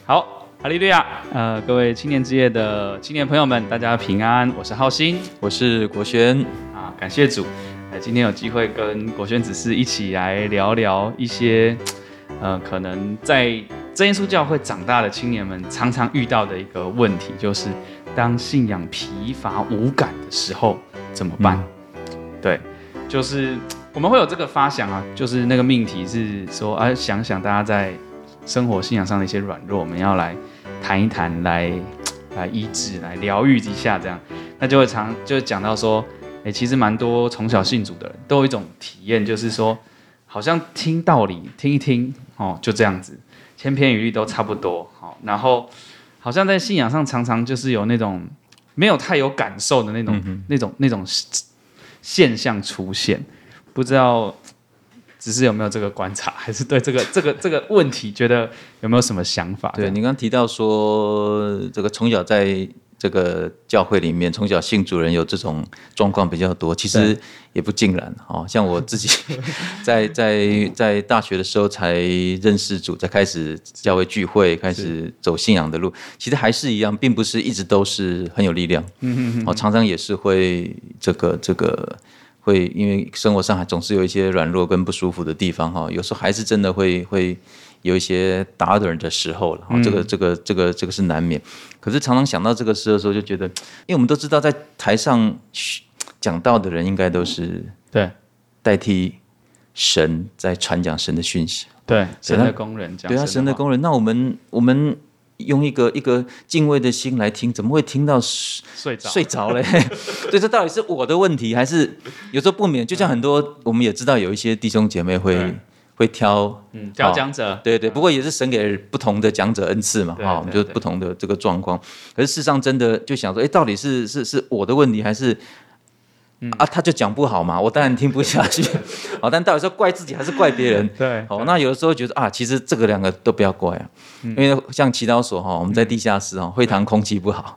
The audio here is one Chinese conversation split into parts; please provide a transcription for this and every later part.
好，哈利路亚！各位青年之夜的青年朋友们，大家平安，我是浩鑫， 我是国轩啊，感谢主，今天有机会跟国轩执事一起来聊聊一些，可能在真耶稣教会长大的青年们常常遇到的一个问题，就是当信仰疲乏无感的时候怎么办？对，就是我们会有这个发想啊，就是那个命题是说想想大家在生活信仰上的一些软弱，我们要来谈一谈，来医治，来疗愈一下，这样，那就会讲到说，其实蛮多从小信主的人都有一种体验，就是说，好像听道理听一聽就这样子，千篇一律都差不多，然后好像在信仰上常常就是有那种没有太有感受的那种现象出现，不知道只是有没有这个观察，还是对这个问题觉得有没有什么想法？ 对，你刚刚提到说，这个从小在这个教会里面，从小信主人有这种状况比较多，其实也不尽然哦。像我自己在大学的时候才认识主，才开始教会聚会，开始走信仰的路，其实还是一样，并不是一直都是很有力量。常常也是会这个。会因为生活上还总是有一些软弱跟不舒服的地方哈，有时候还是真的会有一些打盹的时候了，这个是难免。可是常常想到这个事的时候，就觉得，因为我们都知道，在台上讲道的人应该都是对代替神在传讲神的讯息， 对神的工人讲， 对啊，神的工人。那我们用一个敬畏的心来听，怎么会听到睡着嘞？所以这到底是我的问题，还是有时候不免？就像很多我们也知道有一些弟兄姐妹会挑讲者， 对，不过也是神给不同的讲者恩赐嘛，我们就不同的这个状况。可是事实上真的就想说，到底是我的问题，还是？他就讲不好嘛，我当然听不下去。但到底是怪自己还是怪别人？ 对， 那有的时候觉得其实这个两个都不要怪啊，因为像祈祷所我们在地下室会堂空气不好，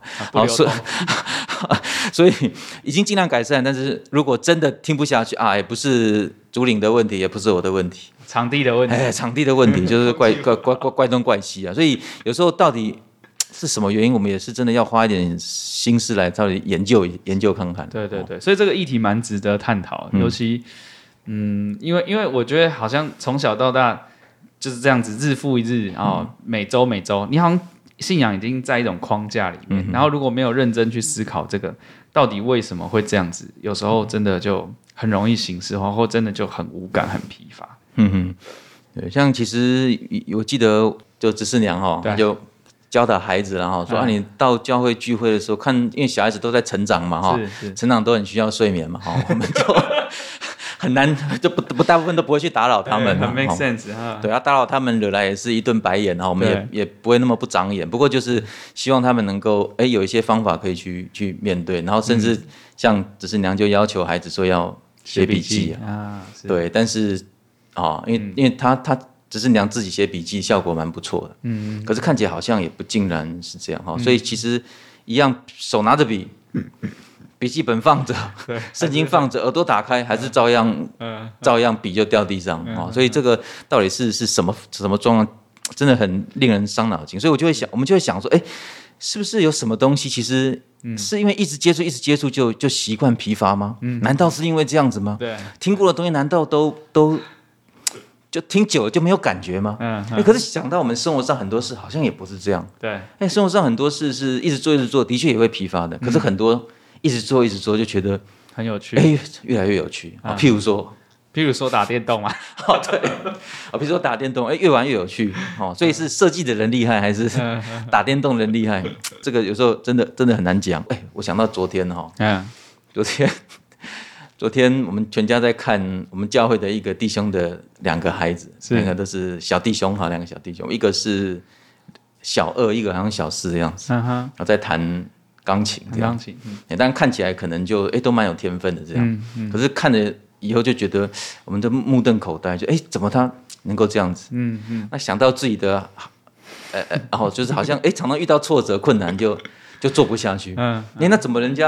所以已经尽量改善。但是如果真的听不下去也不是主领的问题，也不是我的问题， 场地的问题， 场地的问题就是怪东怪西啊。所以有时候到底是什么原因，我们也是真的要花一点心思来到底研究看看。 对，所以这个议题蛮值得探讨，尤其因为我觉得好像从小到大就是这样子，日复一日每周，你好像信仰已经在一种框架里面，然后如果没有认真去思考这个到底为什么会这样子，有时候真的就很容易形式化，或真的就很无感、很疲乏。 对，像其实我记得就执事娘就教导孩子，然后说你到教会聚会的时候看，因为小孩子都在成长嘛，成长都很需要睡眠嘛，我们就很难，就不大部分都不会去打扰他们， 很 make sense 对打扰他们惹来也是一顿白眼，我们也不会那么不长眼。不过就是希望他们能够有一些方法可以去面对，然后甚至像执事娘就要求孩子说要写笔记对，但是因为他只是娘自己写笔记，效果蛮不错的。可是看起来好像也不尽然是这样所以其实一样，手拿着笔，笔记本放着，圣经放着，耳朵打开，还是照样笔就掉地上所以这个到底是什么状况，真的很令人伤脑筋。所以我们就会想说，是不是有什么东西，其实是因为一直接触就习惯疲乏吗？难道是因为这样子吗？ 对， 听过的东西难道都就听久了就没有感觉吗？可是想到我们生活上很多事好像也不是这样。 对， 生活上很多事是一直做，的确也会疲乏的。可是很多一直做就觉得很有趣， 越来越有趣譬如说打电动嘛，对，比如说打电动，越玩越有趣所以是设计的人厉害还是打电动人厉害？这个有时候真的很难讲。我想到昨天昨天我们全家在看我们教会的一个弟兄的两个孩子，两个都是小弟兄两个小弟兄，一个是小2，一个好像小4的样子，然后在弹钢琴，但看起来可能就都蛮有天分的这样，可是看了以后就觉得我们都目瞪口呆，就怎么他能够这样子？那想到自己的就是好像常常遇到挫折困难就做不下去，那怎么人家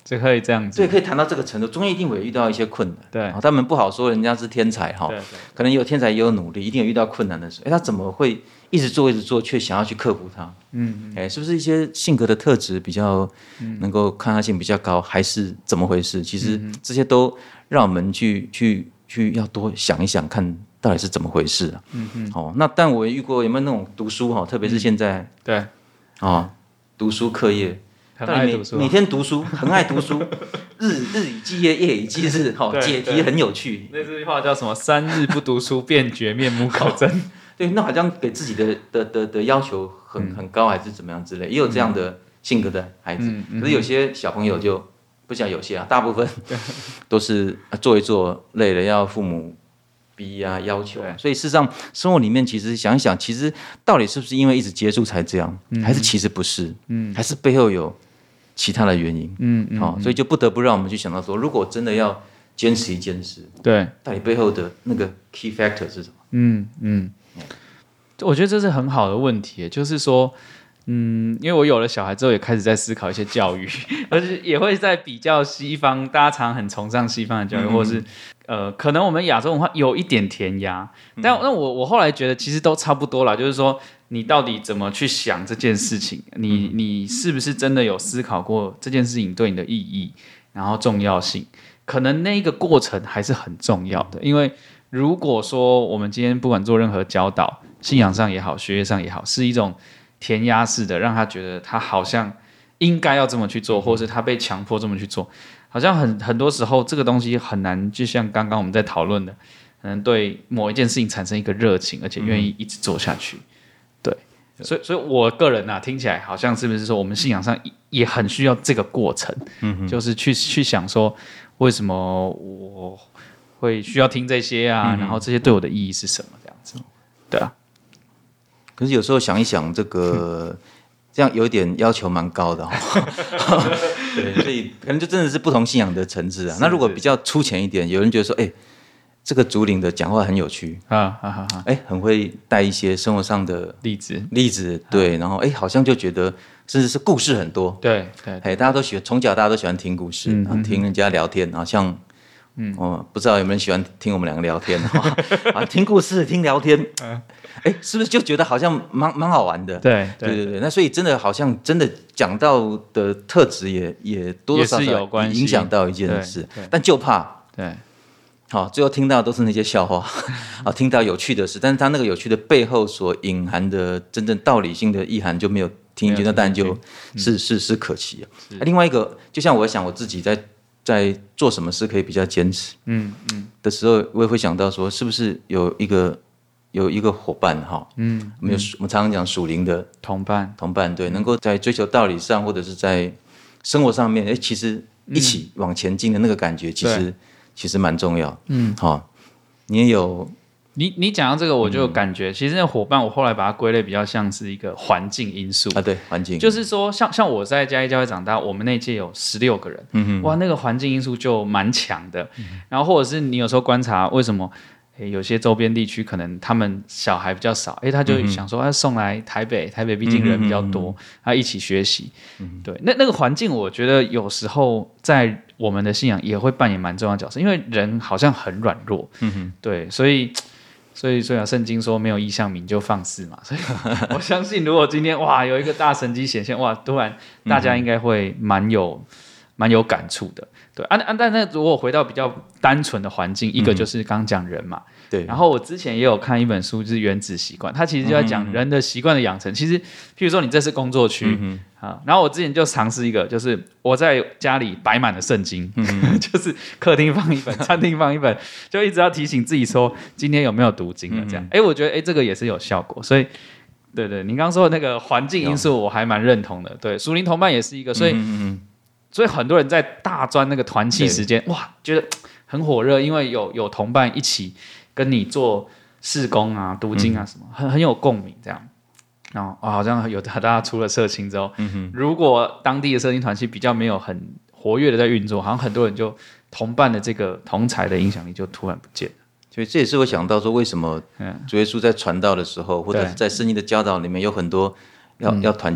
就可以这样子， 对，可以谈到这个程度，中间一定会遇到一些困难。 对， 他们不好说人家是天才哈，可能有天才也有努力，一定有遇到困难的时候。他怎么会一直做，却想要去克服它？是不是一些性格的特质比较能够抗压性比较高，还是怎么回事？其实这些都让我们去要多想一想，看到底是怎么回事啊。那但我也遇过有没有那种读书哈，特别是现在对读书课业。 很爱读书， 每天读书，很爱读书，日以继夜，夜以继日，解题很有趣。 那句话叫什么？3日不读书，便觉面目可憎。 对，那好像给自己的要求很高，还是怎么样之类，也有这样的性格的孩子。可是有些小朋友就不讲有些大部分都是做一做累了，要父母逼啊要求。所以事实上，生活里面其实想一想，其实到底是不是因为一直接触才这样，还是其实不是？还是背后有其他的原因，所以就不得不让我们去想到说，如果真的要坚持一件事，对，到底背后的那个 key factor 是什么？ 我觉得这是很好的问题，就是说，因为我有了小孩之后，也开始在思考一些教育，而且也会在比较西方，大家常很崇尚西方的教育，或是可能我们亚洲文化有一点填鸭，但我后来觉得其实都差不多啦，就是说。你到底怎么去想这件事情？你是不是真的有思考过这件事情对你的意义，然后重要性？可能那个过程还是很重要的，因为如果说我们今天不管做任何教导，信仰上也好，学业上也好，是一种填鸭式的，让他觉得他好像应该要这么去做，或是他被强迫这么去做，好像很多时候这个东西很难，就像刚刚我们在讨论的，可能对某一件事情产生一个热情，而且愿意一直做下去。所以我个人听起来好像是不是说我们信仰上也很需要这个过程，就是去想说为什么我会需要听这些啊，然后这些对我的意义是什么这样子，对啊。 可是有时候想一想，这个这样有点要求蛮高的对，所以可能就真的是不同信仰的层次啊。那如果比较粗浅一点，有人觉得说，这个竹林的讲话很有趣很会带一些生活上的例子，对，然后好像就觉得甚至是故事很多，对，大家都喜欢，从小大家都喜欢听故事，听人家聊天，好像不知道有没有人喜欢听我们两个聊天听故事听聊天，是不是就觉得好像蛮好玩的？对，那所以真的好像真的讲到的特质也多多少少影响到一件事，但就怕最后听到都是那些笑话听到有趣的事，但是他那个有趣的背后所隐含的真正道理性的意涵就没有听进去，那当然就是可惜另外一个，就像我想我自己在做什么事可以比较坚持的时候，我也会想到说，是不是有一个伙伴我们常常讲属灵的同伴，对，能够在追求道理上或者是在生活上面，其实一起往前进的那个感觉，其实蛮重要。你也有你讲到这个，我就有感觉，其实那伙伴我后来把它归类比较像是一个环境因素对，环境就是说像我在嘉义教会长大，我们那届有16个人，哇，那个环境因素就蛮强的。然后或者是你有时候观察为什么有些周边地区可能他们小孩比较少，他就想说送来台北毕竟人比较多，他一起学习。对，那个环境我觉得有时候在我们的信仰也会扮演蛮重要的角色，因为人好像很软弱，对，所以圣经说没有异象民就放肆嘛，所以我相信如果今天有一个大神迹显现，突然大家应该会蛮有感触的。对但那如果回到比较单纯的环境，一个就是刚刚讲人嘛，对。然后我之前也有看一本书，就是《原子习惯》，它其实就在讲人的习惯的养成。其实，譬如说你这是工作区然后我之前就尝试一个，就是我在家里摆满了圣经，就是客厅放一本，餐厅放一本，就一直要提醒自己说今天有没有读经了这样。我觉得这个也是有效果，所以。对，您刚刚说的那个环境因素，我还蛮认同的。对，属灵同伴也是一个，所以很多人在大专那个团契时间，觉得很火热，因为有同伴一起跟你做事工啊、读经啊什么，很有共鸣这样。然后好像有大家出了社青之后，如果当地的社青团契比较没有很活跃的在运作，好像很多人就同伴的这个同侪的影响力就突然不见了。 所以这也是我想到说，为什么主耶稣在传道的时候，或者是在圣经的教导里面有很多要团契，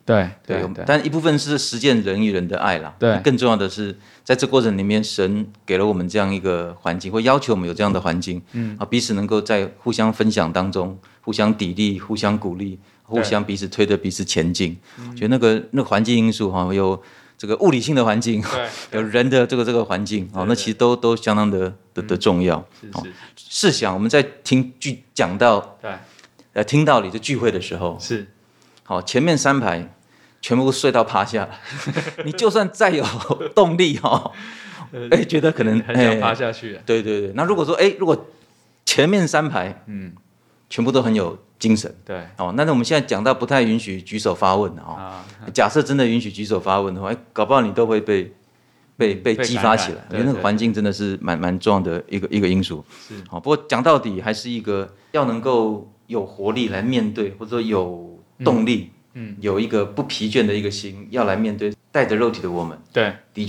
对， 但一部分是实践人与人的爱啦。 对， 更重要的是，在这过程里面，神给了我们这样一个环境，或要求我们有这样的环境，彼此能够在互相分享当中，互相砥砺，互相鼓励，互相彼此推着彼此前进。我觉得那个环境因素哈，有这个物理性的环境，有人的这个环境，那其实都相当的重要。试想我们在讲到听道理的聚会的时候，好，前面3排全部睡到趴下了，你就算再有动力觉得可能很想趴下去。 对。那如果说如果前面3排全部都很有精神，对，那我们现在讲到不太允许举手发问假设真的允许举手发问的话，搞不好你都会被激发起来。因为那个环境真的是蛮重要的一个因素。不过讲到底还是一个要能够有活力来面对，或者说有动力，有一个不疲倦的一个心要来面对带着肉体的我们。对，的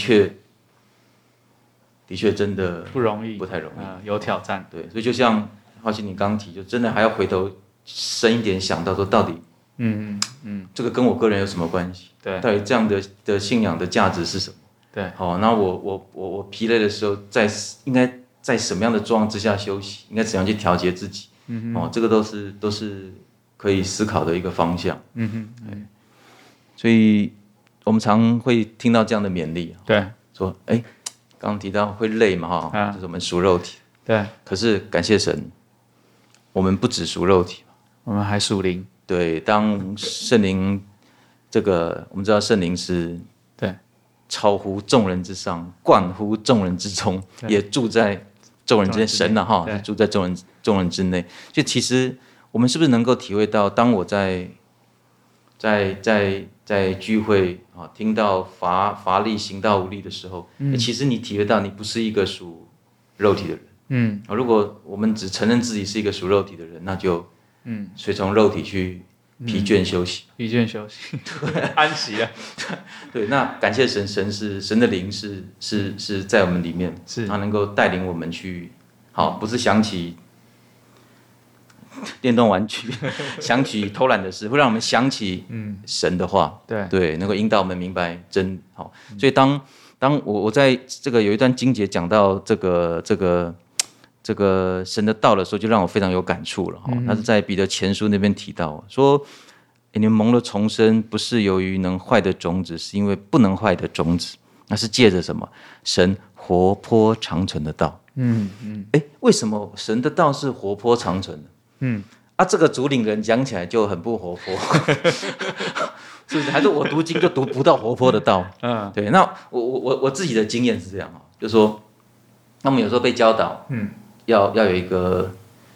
确真的不容易， 不太容易， 有挑战。 对，所以就像浩鑫你刚刚提，就真的还要回头深一点想到说，到底这个跟我个人有什么关系？对，到底这样的信仰的价值是什么？对，好，那我疲累的时候，应该在什么样的状况之下休息？应该怎样去调节自己？这个都是可以思考的一个方向。所以我们常会听到这样的勉励，对，说刚刚提到会累嘛，就是我们属肉体，对，可是感谢神，我们不只属肉体， 我们还属灵。 对，当圣灵我们知道圣灵是对超乎众人之上，贯乎众人之中，也住在众人之内。神是住在众人之内。就其实我们是不是能够体会到，当我在聚会听到乏力、行道无力的时候，其实你体会到你不是一个属肉体的人。如果我们只承认自己是一个属肉体的人，那就随从肉体去疲倦休息， 安息了。 对，那感谢神，神的灵是在我们里面，他能够带领我们去，不是想起电动玩具，想起偷懒的事，会让我们想起神的话，对，能够引导我们明白真好。所以当我在这个有一段经节讲到这个神的道的时候，就让我非常有感触了。他是在彼得前书那边提到说，你们蒙了重生，不是由于能坏的种子，是因为不能坏的种子，那是借着什么？神活泼长存的道。为什么神的道是活泼长存的？这个主领人讲起来就很不活泼，是不是？还是我读经就读不到活泼的道？对。那我自己的经验是这样就是说，那我们有时候被教导，要有一个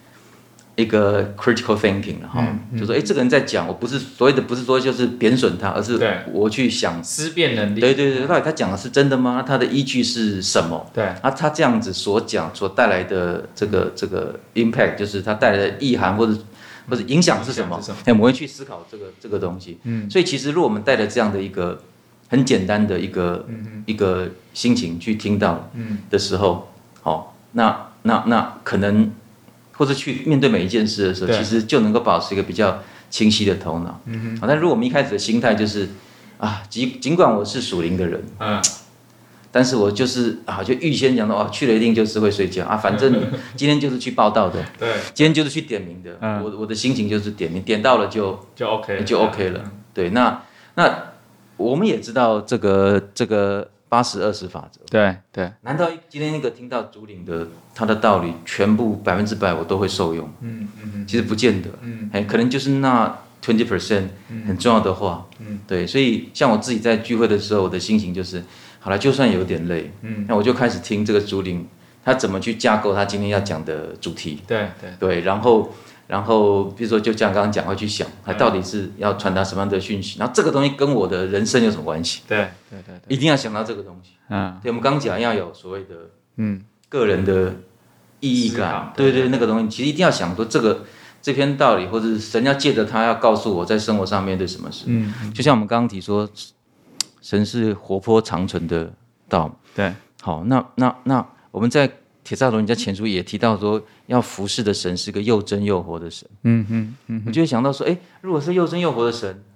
critical thinking 就说这个人在讲，我不是所谓的不是说就是贬损他，而是我去想思辨能力。 对，到底他讲的是真的吗？他的依据是什么？对，他这样子所讲所带来的这个 impact， 就是他带来的意涵或者影响是什么？我们会去思考这个东西。所以其实如果我们带着这样的一个很简单的一个心情去听到的时候，那可能或者去面对每一件事的时候，其实就能够保持一个比较清晰的头脑。但如果我们一开始的心态就是尽管我是属灵的人，但是我就是就预先讲到去了一定就是会睡觉反正今天就是去报道的，对，今天就是去点名的，我的心情就是点名，点到了就 OK 了。对，那我们也知道这个80-20法则，对。难道今天那个听到主领的他的道理，全部100%我都会受用？其实不见得，可能就是那20% 很重要的话，对。所以像我自己在聚会的时候，我的心情就是，好了，就算有点累，那我就开始听这个主领他怎么去架构他今天要讲的主题，对，然后比如说就像刚刚讲，会去想他到底是要传达什么样的讯息，然后这个东西跟我的人生有什么关系？对，一定要想到这个东西。对，我们刚讲要有所谓的个人的意义感，对，那个东西其实一定要想说这篇道理，或者是神要借着他要告诉我在生活上面对什么事。就像我们刚刚提说，神是活泼长存的道。对，好，那我们在帖撒罗尼迦前书也提到说，要服侍的神是个又真又活的神。我就会想到说，如果是又真又活的神，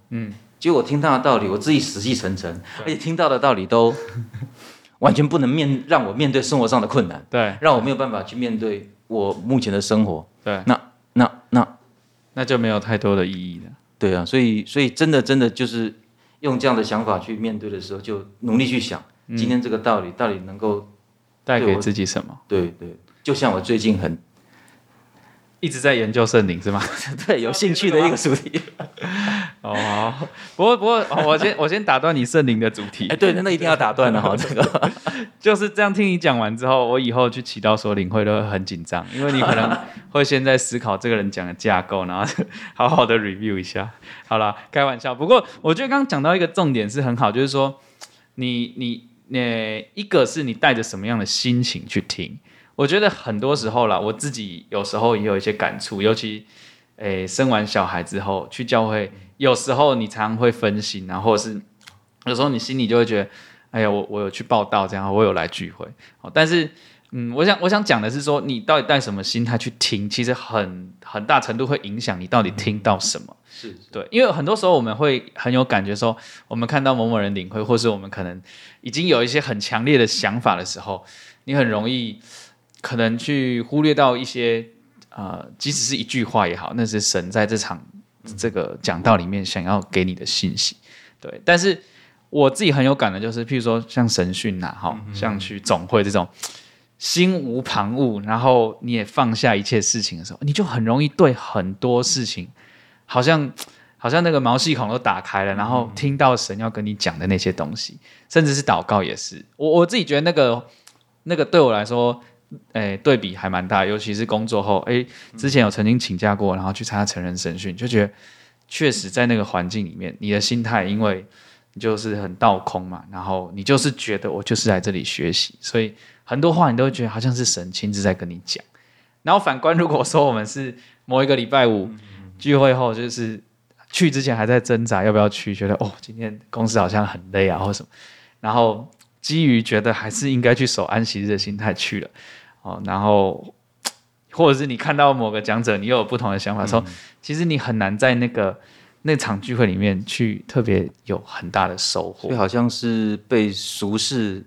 结果我听到的道理，我自己死气沉沉，而且听到的道理都完全不能让我面对生活上的困难， 对， 让我没有办法去面对我目前的生活， 对， 那就没有太多的意义了。 对啊，所以真的就是用这样的想法去面对的时候，就努力去想，今天这个道理到底能够带给自己什么？ 对，就像我最近一直在研究圣灵是吗？ 对，有兴趣的一个主题。 哦，不过，我先打断你圣灵的主题。 对，那一定要打断了哈，这个就是这样。听你讲完之后，我以后去祈祷所领会都会很紧张，因为你可能会先在思考这个人讲的架构，然后好好的 review 一下。好啦，开玩笑。不过我觉得刚刚讲到一个重点是很好，就是说你一个是你带着什么样的心情去听。我觉得很多时候啦，我自己有时候也有一些感触，尤其生完小孩之后去教会，有时候你常常会分心，然后或者是有时候你心里就会觉得，哎呀，我有去报道，这样我有来聚会，但是我想讲的是说，你到底带什么心态去听，其实很大程度会影响你到底听到什么。 是对，因为很多时候我们会很有感觉说，我们看到某某人领会，或是我们可能已经有一些很强烈的想法的时候，你很容易可能去忽略到一些即使是一句话也好，那是神在这个讲道里面想要给你的信息。对，但是我自己很有感的就是，譬如说像神训像去总会这种心无旁骛，然后你也放下一切事情的时候，你就很容易对很多事情好像那个毛细孔都打开了，然后听到神要跟你讲的那些东西，甚至是祷告也是。我自己觉得那个对我来说，对比还蛮大，尤其是工作后，之前有曾经请假过，然后去参加成人神训，就觉得确实在那个环境里面，你的心态，因为你就是很倒空嘛，然后你就是觉得我就是来这里学习，所以很多话你都会觉得好像是神亲自在跟你讲。然后反观如果说我们是某一个礼拜五聚会后，就是去之前还在挣扎要不要去，觉得今天公司好像很累啊或什么，然后基于觉得还是应该去守安息日的心态去了，然后或者是你看到某个讲者，你又有不同的想法的时候，其实你很难在那场聚会里面去特别有很大的收获， 就好像是被俗事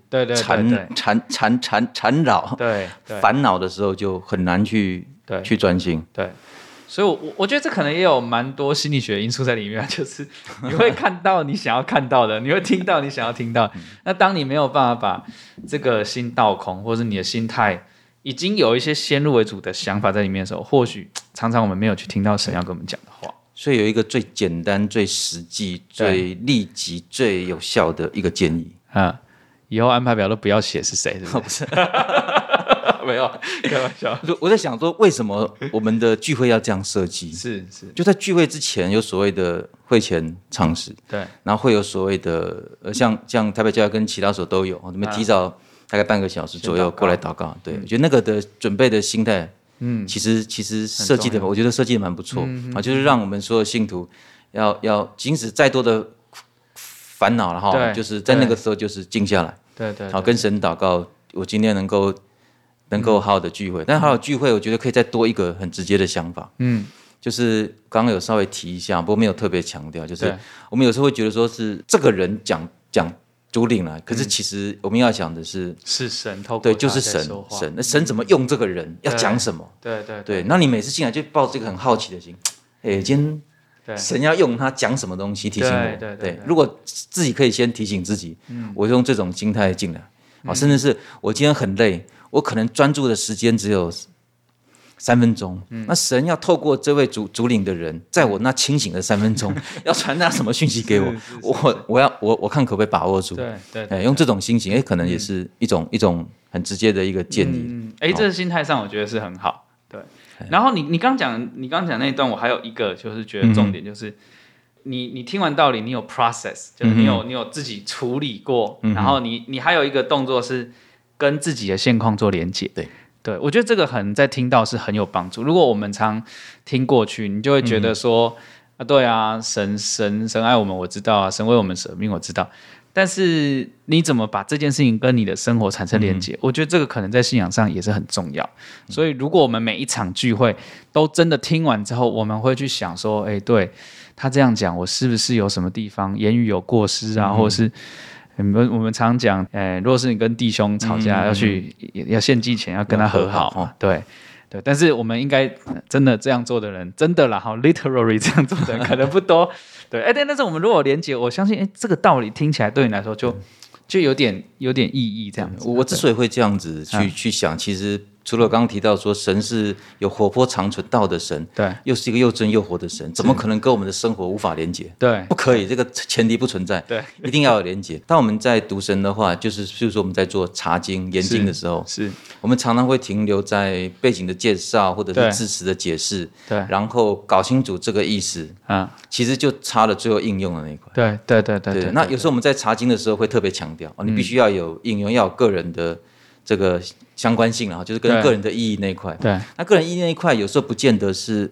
缠绕、烦恼的时候，就很难去专心。 对。所以我觉得这可能也有蛮多心理学因素在里面，就是你会看到你想要看到的，你会听到你想要听到。那当你没有办法把这个心倒空，或是你的心态已经有一些先入为主的想法在里面的时候，或许常常我们没有去听到神要跟我们讲的话。 所以有一个最简单、最实际、最立即、最有效的一个建议以后安排表都不要写是谁，是不是？没有，开玩笑。 我在想说，为什么我们的聚会要这样设计？ 是， 就在聚会之前有所谓的会前唱诗， 对， 然后会有所谓的像台北教会跟其他所都有，我们提早大概半个小时左右过来祷告。对，我觉得那个的准备的心态，其实设计的，我觉得设计的蛮不错就是让我们所有信徒要即使再多的烦恼了哈，就是在那个时候就是静下来， 对， 好跟神祷告，我今天能够好好的聚会，但好好聚会，我觉得可以再多一个很直接的想法，就是刚刚有稍微提一下，不过没有特别强调，就是我们有时候会觉得说是这个人讲主领了，可是其实我们要讲的是神透过对，就是神，那神怎么用这个人，要讲什么？对，那你每次进来就抱着一个很好奇的心，今天神要用他讲什么东西提醒我？对，如果自己可以先提醒自己，我用这种心态进来，甚至是我今天很累。我可能专注的时间只有3分钟，那神要透过这位主领的人，在我那清醒的3分钟，要传达什么讯息给我？我看可不可以把握住？对，用这种心情，可能也是一种很直接的一个建议。 这个心态上我觉得是很好。对，然后你刚讲那一段，我还有一个就是觉得重点就是你听完道理，你有 process， 就是你有自己处理过，然后你还有一个动作是跟自己的现况做连结。对，我觉得这个在听到是很有帮助。如果我们常听过去，你就会觉得说，对啊，神爱我们，我知道啊，神为我们舍命，我知道。但是你怎么把这件事情跟你的生活产生连结？我觉得这个可能在信仰上也是很重要。所以如果我们每一场聚会都真的听完之后，我们会去想说，对， 他这样讲，我是不是有什么地方言语有过失啊，或者是我们常讲，如果是你跟弟兄吵架，要献祭前要跟他和好，对。对，但是我们应该真的这样做的人，真的啦，哈 ，literally 这样做的人可能不多。对，但是我们如果连结，我相信，这个道理听起来对你来说就有点意义这样子。 我之所以会这样子去想，其实除了刚刚提到说神是有活泼长存道的神， 对， 又是一个又真又活的神，怎么可能跟我们的生活无法连结？ 对， 不可以，这个前提不存在。 对， 一定要有连结。当我们在读神的话，就是譬如说我们在做查经、研经的时候， 是我们常常会停留在背景的介绍或者是字词的解释， 对， 然后搞清楚这个意思，其实就差了最后应用的那一块。 对。 那有时候我们在查经的时候会特别强调，你必须要有应用，要有个人的这个相关性，然后就是跟个人的意义那一块。 对， 那个人意义那一块有时候不见得是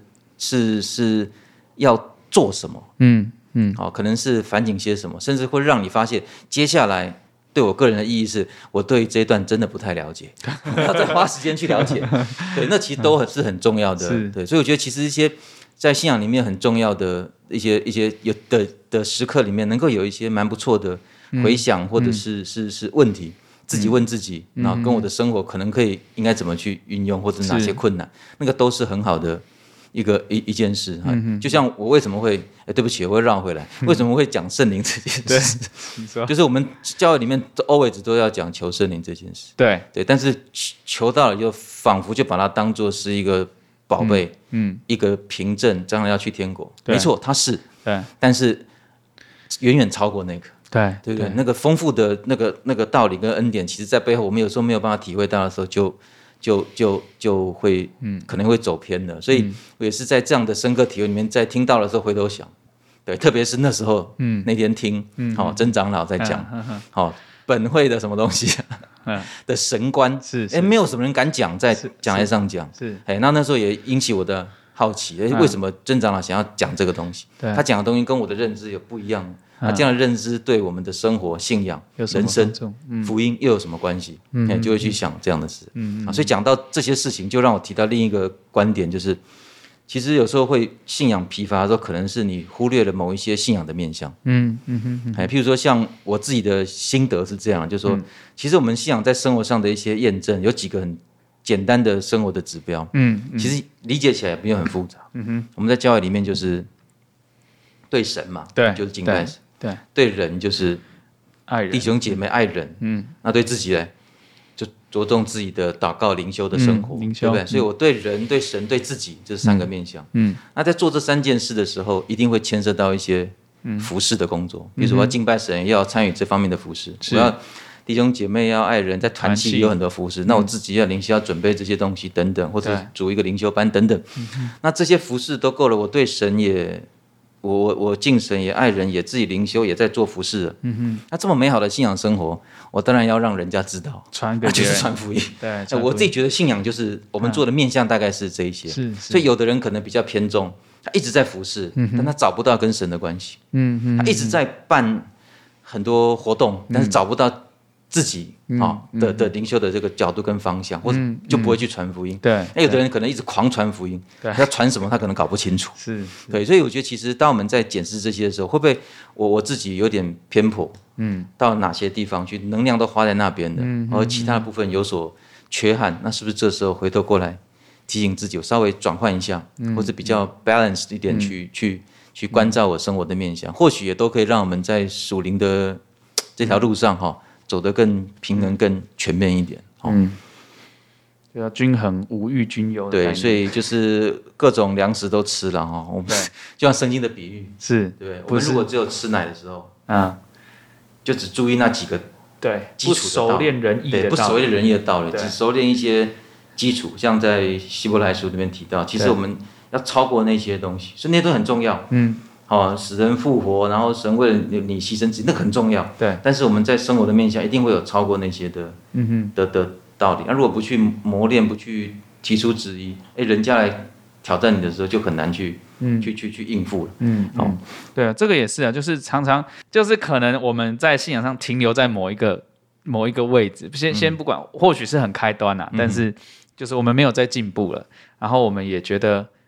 要做什么，可能是反省些什么，甚至会让你发现接下来对我个人的意义是我对这一段真的不太了解，我要再花时间去了解。对，那其实都是很重要的。对，所以我觉得其实一些在信仰里面很重要的一些有的时刻里面，能够有一些蛮不错的回想，或者是问题，自己问自己，然后跟我的生活可能应该怎么去运用，或者哪些困难，那个都是很好的一件事。就像我为什么会对不起，我会绕回来，为什么会讲圣灵这件事？就是我们教会里面 always 都要讲求圣灵这件事。对，但是求到了就仿佛就把它当作是一个宝贝，一个凭证，将来要去天国。没错，它是，但是远远超过那个。对，那个丰富的那个道理跟恩典，其实在背后我们有时候没有办法体会到的时候，就会可能会走偏了。所以我也是在这样的深刻体会里面，在听到的时候回头想，对，特别是那时候那天听曾长老在讲，本会的什么东西的神观，没有什么人敢讲在讲台上讲，那时候也引起我的好奇，为什么曾长老想要讲这个东西？他讲的东西跟我的认知有不一样。这样的认知对我们的生活、信仰、人生、福音又有什么关系？就会去想这样的事。所以讲到这些事情，就让我提到另一个观点，就是其实有时候会信仰疲乏的时候，可能是你忽略了某一些信仰的面向。譬如说像我自己的心得是这样，就是说，其实我们信仰在生活上的一些验证，有几个很简单的生活的指标。其实理解起来不用很复杂。我们在教会里面就是对神嘛，就是敬拜神。对人就是爱人，弟兄姐妹爱人。那对自己呢，就着重自己的祷告灵修的生活，对不对？所以我对人、对神、对自己这三个面向。那在做这三件事的时候，一定会牵涉到一些服事的工作，比如说我要敬拜神，要参与这方面的服事；我要弟兄姐妹要爱人，在团契有很多服事。那我自己要灵修，要准备这些东西等等，或者组一个灵修班等等。那这些服事都够了，我对神也。我敬神也爱人也自己灵修也在做服事了。那这么美好的信仰生活，我当然要让人家知道，那就是传福音。对，我自己觉得信仰就是我们做的面向大概是这一些。所以有的人可能比较偏重，他一直在服事，但他找不到跟神的关系。他一直在办很多活动，但是找不到自己的灵修的这个角度跟方向，或者就不会去传福音。那有的人可能一直狂传福音，他传什么他可能搞不清楚。对，所以我觉得其实当我们在检视这些的时候，会不会我自己有点偏颇？到哪些地方去，能量都花在那边的，而其他的部分有所缺憾，那是不是这时候回头过来提醒自己，我稍微转换一下，或者比较 balanced 一点去关照我生活的面向，或许也都可以让我们在属灵的这条路上走得更平衡、更全面一点。 就要均衡，无欲均忧。 对，所以就是各种粮食都吃了我们就像圣经的比喻，对，我们如果只有吃奶的时候，就只注意那几个基础的道理，不熟练仁义的道理，不熟练仁义的道理，只熟练一些基础，像在希伯来书里面提到，其实我们要超过那些东西，所以那些都很重要。使人复活，然后神为了你牺牲自己，那个很重要。但是我们在生活的面向一定会有超过那些的道理。那如果不去磨练，不去提出质疑，人家来挑战你的时候，就很难去应付了。 对啊，这个也是啊，就是常常就是可能我们在信仰上停留在某一个位置，先不管，或许是很开端但是就是我们没有再进步了，然后我们也觉得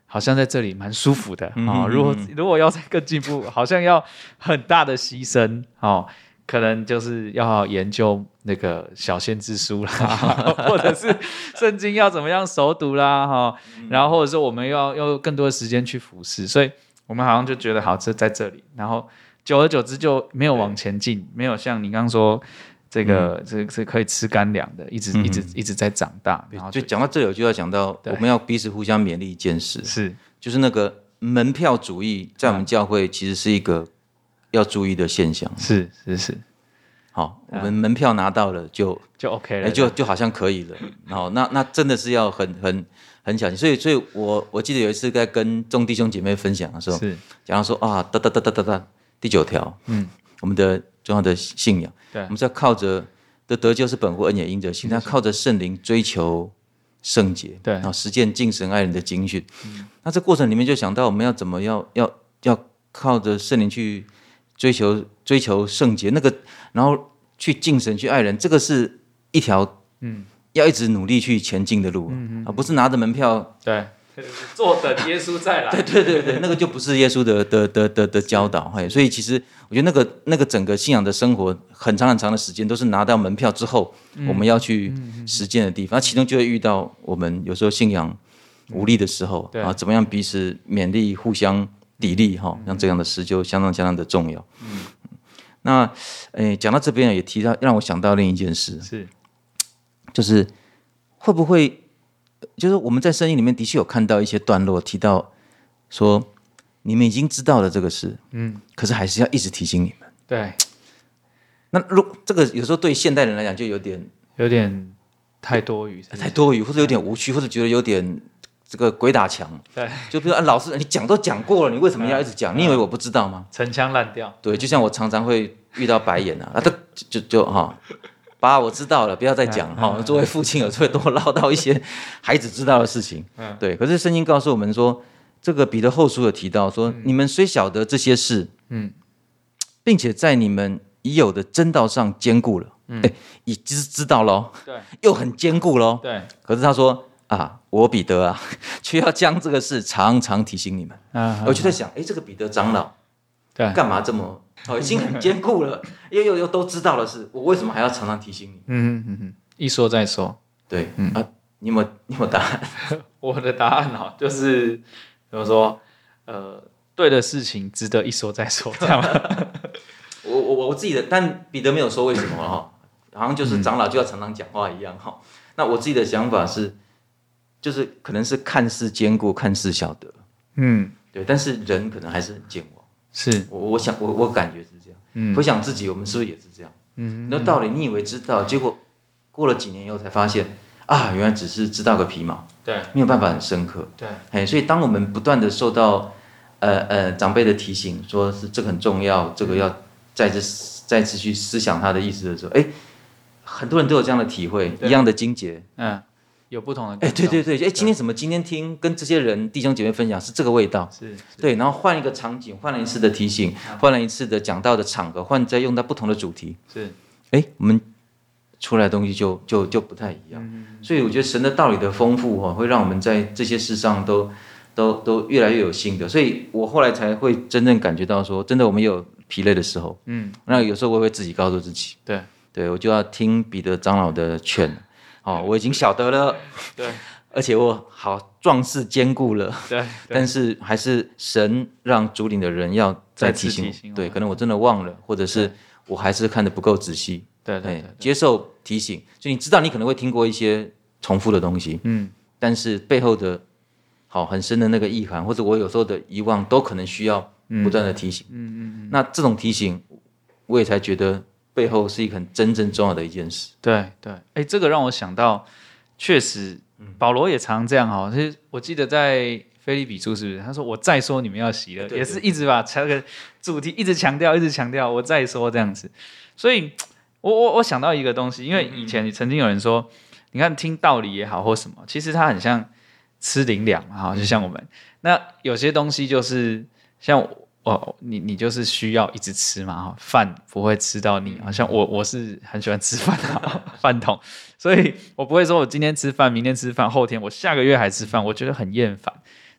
好像在这里蛮舒服的哦。如果要再更进步，好像要很大的牺牲哦。可能就是要研究那个小先知书啦，或者是圣经要怎么样熟读啦，哈，然后或者是我们要用更多的时间去服侍，所以我们好像就觉得好，这在这里，然后久而久之就没有往前进，没有像你刚刚说这个是可以吃干粮的，一直在长大。然后就讲到这里，我就要讲到我们要彼此互相勉励一件事， 是就是那个门票主义在我们教会其实是一个要注意的现象。是。好，我们门票拿到了就 OK 了， 就好像可以了。然后那真的是要很小心。所以我记得有一次在跟众弟兄姐妹分享的时候，讲到说啊，第9条，我们的重要的信仰，我们是要靠着得救是本乎恩也因着信，但靠着圣灵追求圣洁，然后实践敬神爱人的经训。那这过程里面就想到我们要怎么要靠着圣灵去追求圣洁，那个然后去敬神去爱人，这个是一条要一直努力去前进的路啊，不是拿着门票坐等耶稣再来。 对，那个就不是耶稣的教导。所以其实我觉得那个整个信仰的生活很长的时间都是拿到门票之后，我们要去实践的地方，其中就会遇到我们有时候信仰无力的时候啊，怎么样彼此勉励，互相砥砺像这样的事就相当的重要。那讲到这边也提到，让我想到另一件事，就是会不会就是我们在圣经里面的确有看到一些段落提到说，你们已经知道了这个事，可是还是要一直提醒你们。 对， 那这个有时候对现代人来讲就有点太多余， 或者有点无趣，或者觉得有点这个鬼打墙。对，就比如老师你讲都讲过了，你为什么要一直讲？你以为我不知道吗？ 陈腔滥调。对， 就像我常常会遇到白眼就爸，我知道了，不要再讲哈。作为父亲，有时候会多唠叨一些孩子知道的事情。对。可是圣经告诉我们说，这个彼得后书有提到说，你们虽晓得这些事，并且在你们已有的真道上坚固了，已知道咯，对，又很坚固咯，对。可是他说啊，我彼得啊，却要将这个事常常提醒你们。我就在想，这个彼得长老，对，干嘛这么？已经很坚固了，又都知道的事，我为什么还要常常提醒你？ 一说再说。对， 你有没有答案？ 我的答案就是怎么说？对的事情值得一说再说，这样吗？ 我自己的，但彼得没有说为什么了好像就是长老就要常常讲话一样那我自己的想法是，就是可能是看似坚固，看似晓得，对，但是人可能还是很健忘。是，我想我感觉是这样。回想自己，我们是不是也是这样？那道理你以为知道，结果过了几年以后才发现啊，原来只是知道个皮毛，对，没有办法很深刻。对，所以当我们不断的受到长辈的提醒，说是这个很重要，这个要再次去思想他的意思的时候，很多人都有这样的体会，一样的经节， 有不同的感受。 对，今天听跟这些人弟兄姐妹分享是这个味道，是对，然后换一个场景，换了一次的提醒，换了一次的讲道的场合，再用到不同的主题，是，我们出来的东西就不太一样。所以我觉得神的道理的丰富会让我们在这些事上都越来越有心得。所以我后来才会真正感觉到说，真的我们有疲累的时候，那有时候我会自己告诉自己，对，我就要听彼得长老的劝。我已经晓得了，对，而且我好壮士坚固了，对，但是还是神让主领的人要再提醒我，对，可能我真的忘了，或者是我还是看得不够仔细，对，接受提醒，所以你知道你可能会听过一些重复的东西，但是背后的很深的那个意涵，或者我有时候的遗忘，都可能需要不断的提醒，那这种提醒，我也才觉得。背后是一个很真正重要的一件事。对， 这个让我想到，确实，保罗也常这样其实我记得在腓立比书是不是？他说：“我再说你们要喜乐。”也是一直把这个主题一直强调，我再说这样子。所以，我想到一个东西，因为以前曾经有人说，你看听道理也好或什么，其实它很像吃灵粮就像我们那有些东西就是像。你就是需要一直吃嘛饭不会吃到腻像我是很喜欢吃饭饭桶，所以我不会说我今天吃饭，明天吃饭，后天我下个月还吃饭，我觉得很厌烦。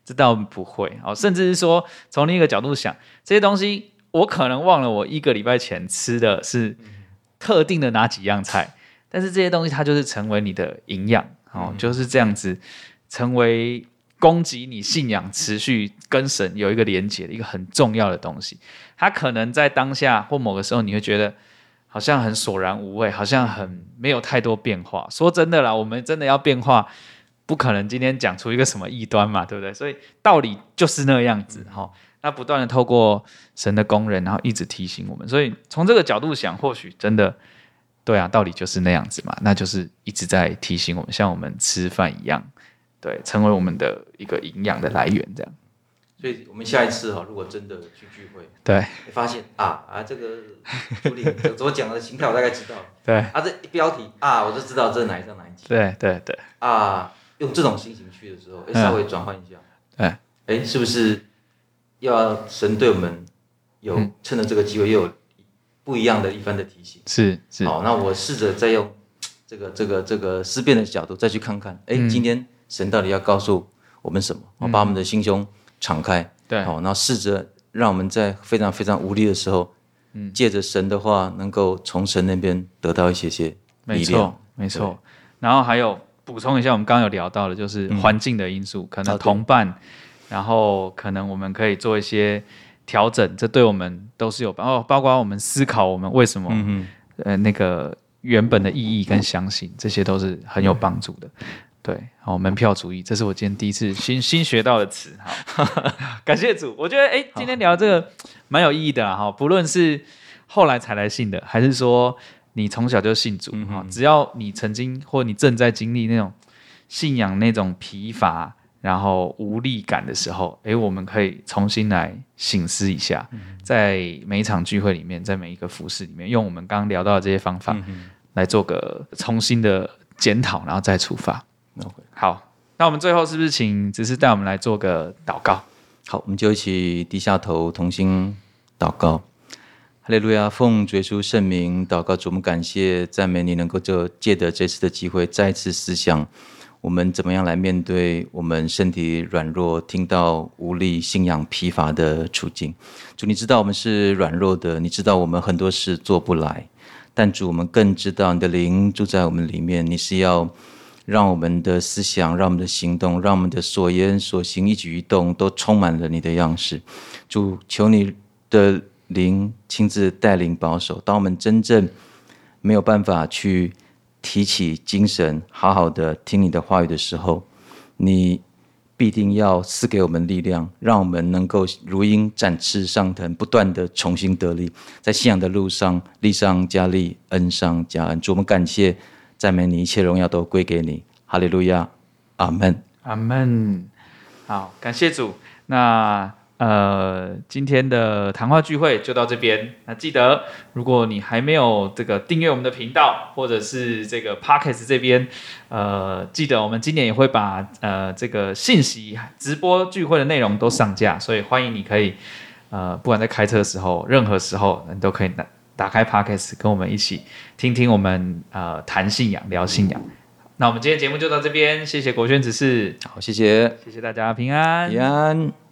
这倒不会。甚至是说从另一个角度想，这些东西我可能忘了我1个礼拜前吃的是特定的哪几样菜，但是这些东西它就是成为你的营养，就是这样子成为供给你信仰持续跟神有一个连结的一个很重要的东西。它可能在当下或某个时候你会觉得好像很索然无味，好像很没有太多变化。说真的啦，我们真的要变化，不可能今天讲出一个什么异端嘛，对不对？所以道理就是那样子。那不断的透过神的工人，然后一直提醒我们。所以从这个角度想，或许真的对啊，道理就是那样子嘛，那就是一直在提醒我们，像我们吃饭一样，对，成为我们的一个营养的来源这样。 所以我们下一次如果真的去聚会， 对， 会发现这个主领怎么讲的心态我大概知道， 对， 这标题我就知道这是哪一章哪一集， 对， 用这种心情去的时候，稍微转换一下， 对， 是不是要神对我们有趁着这个机会又有不一样的一番的提醒？ 是， 好，那我试着再用这个思辨的角度再去看看，今天神到底要告诉我们什么？把我们的心胸敞开， 对， 好，然后试着让我们在非常非常无力的时候，借着神的话，能够从神那边得到一些力量。 没错。然后还有补充一下，我们刚刚有聊到的，就是环境的因素，可能同伴，然后可能我们可以做一些调整，这对我们都是有帮助，包括我们思考我们为什么那个原本的意义跟相信，这些都是很有帮助的。对，门票主义，这是我今天第一次新学到的词。好，感谢主。我觉得今天聊这个蛮有意义的啦。不论是后来才来信的，还是说你从小就信主，只要你曾经或你正在经历那种信仰那种疲乏，然后无力感的时候，我们可以重新来省思一下，在每一场聚会里面，在每一个服事里面，用我们刚刚聊到的这些方法来做个重新的检讨，然后再出发。好，那我们最后是不是请执事带我们来做个祷告？ 好，我们就一起低下头，同心祷告。哈利路亚，奉主耶稣圣名祷告，主，我们感谢赞美你，能够就借着这次的机会，再一次思想我们怎么样来面对我们身体软弱、听到无力、信仰疲乏的处境。主，你知道我们是软弱的，你知道我们很多事做不来，但主，我们更知道你的灵住在我们里面，你是要让我们的思想，让我们的行动，让我们的所言所行一举一动都充满了你的样式。主，求你的灵亲自带领保守，当我们真正没有办法去提起精神，好好的听你的话语的时候，你必定要赐给我们力量，让我们能够如鹰展翅上腾，不断的重新得力，在信仰的路上力上加力，恩上加恩。主，我们感谢赞美你，一切荣耀都归给你。哈利路亚，阿们， 阿们。好，感谢主。那今天的谈话聚会就到这边。那记得，如果你还没有这个订阅我们的频道，或者是这个 Podcast 这边，记得我们今年也会把这个信息、直播聚会的内容都上架，所以欢迎你可以不管在开车的时候，任何时候你都可以打开 Podcast 跟我们一起听听我们谈信仰、聊信仰。那我们今天节目就到这边，谢谢国轩执事。 好，谢谢大家平安。 平安。